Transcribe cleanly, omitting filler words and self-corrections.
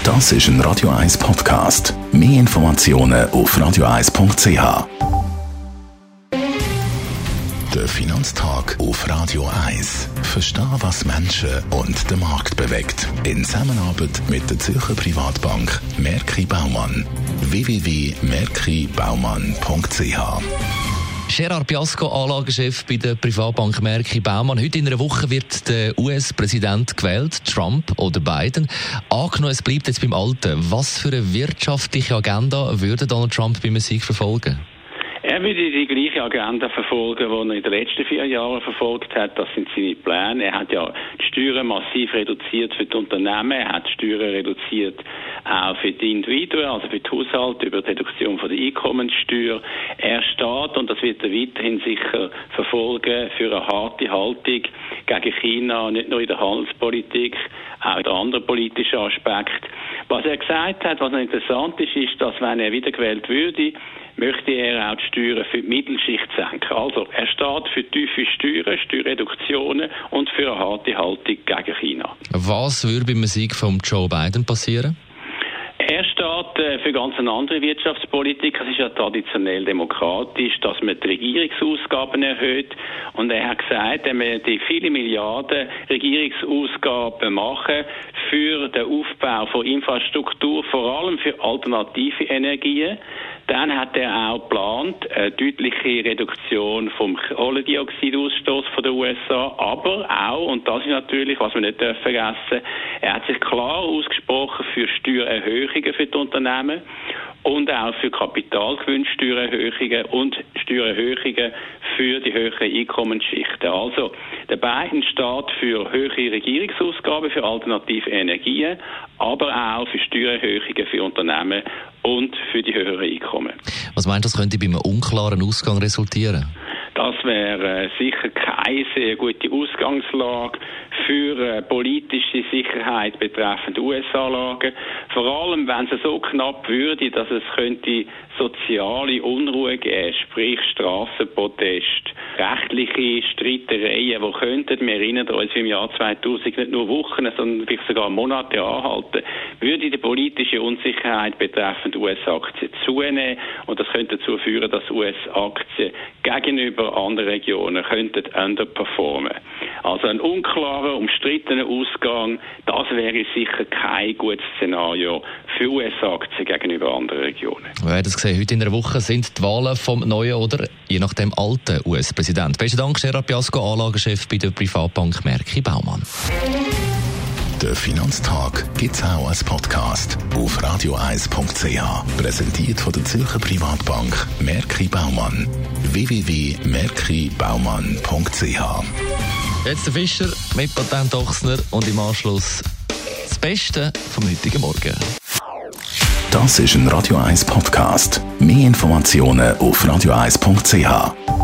Das ist ein Radio 1 Podcast. Mehr Informationen auf radio1.ch. Der Finanztag auf Radio 1. Verstehen, was Menschen und den Markt bewegt. In Zusammenarbeit mit der Zürcher Privatbank Merki Baumann. www.merkibaumann.ch. Gerard Biasco, Anlagechef bei der Privatbank Merki Baumann. Heute in einer Woche wird der US-Präsident gewählt, Trump oder Biden. Angenommen, es bleibt jetzt beim Alten. Was für eine wirtschaftliche Agenda würde Donald Trump beim Sieg verfolgen? Er würde die gleiche Agenda verfolgen, die er in den letzten 4 Jahren verfolgt hat. Das sind seine Pläne. Er hat ja die Steuern massiv reduziert für die Unternehmen. Er hat die Steuern reduziert auch für die Individuen, also für die Haushalte, über die Reduktion von der Einkommenssteuer. Er steht, und das wird er weiterhin sicher verfolgen, für eine harte Haltung gegen China, nicht nur in der Handelspolitik, auch in anderen politischen Aspekten. Was er gesagt hat, was noch interessant ist, ist, dass wenn er wiedergewählt würde, möchte er auch die Steuern für die Mittelschicht senken. Also er steht für tiefe Steuern, Steuerreduktionen und für eine harte Haltung gegen China. Was würde beim Sieg von Joe Biden passieren? Er steht für ganz eine andere Wirtschaftspolitik. Es ist ja traditionell demokratisch, dass man die Regierungsausgaben erhöht. Und er hat gesagt, wenn wir die viele Milliarden Regierungsausgaben machen für den Aufbau von Infrastruktur, vor allem für alternative Energien, dann hat er auch geplant, eine deutliche Reduktion vom Kohlendioxidausstoß von den USA, aber auch, und das ist natürlich, was wir nicht vergessen dürfen, er hat sich klar ausgesprochen für Steuererhöhungen für die Unternehmen und auch für Kapitalgewinnsteuererhöhungen und Steuererhöhungen für die höheren Einkommensschichten. Also, der Biden steht für höhere Regierungsausgaben für alternative Energien, aber auch für Steuererhöhungen für Unternehmen und für die höheren Einkommen. Was meint das, könnte bei einem unklaren Ausgang resultieren? Das wäre sicher keine sehr gute Ausgangslage für politische Sicherheit betreffend US-Anlagen. Vor allem, wenn es so knapp würde, dass es könnte soziale Unruhe geben, sprich Strassenprotest, rechtliche Streitereien, die könnten, wir erinnern uns im Jahr 2000, nicht nur Wochen, sondern vielleicht sogar Monate anhalten, würde die politische Unsicherheit betreffend US-Aktien zunehmen und das könnte dazu führen, dass US-Aktien gegenüber anderen Regionen könnten underperformen. Also ein unklarer, umstrittener Ausgang, das wäre sicher kein gutes Szenario für US-Aktien gegenüber anderen Regionen. Wir haben das gesehen, heute in einer Woche sind die Wahlen vom neuen oder je nachdem alten US-Präsidenten. Besten Dank, Gerard Biasco, Anlagechef bei der Privatbank Merki Baumann. Der Finanztag gibt's auch als Podcast auf radio1.ch. Präsentiert von der Zürcher Privatbank Merki Baumann. www.merkibaumann.ch. Jetzt der Fischer mit Patent Ochsner und im Anschluss das Beste vom heutigen Morgen. Das ist ein Radio 1 Podcast. Mehr Informationen auf radio1.ch.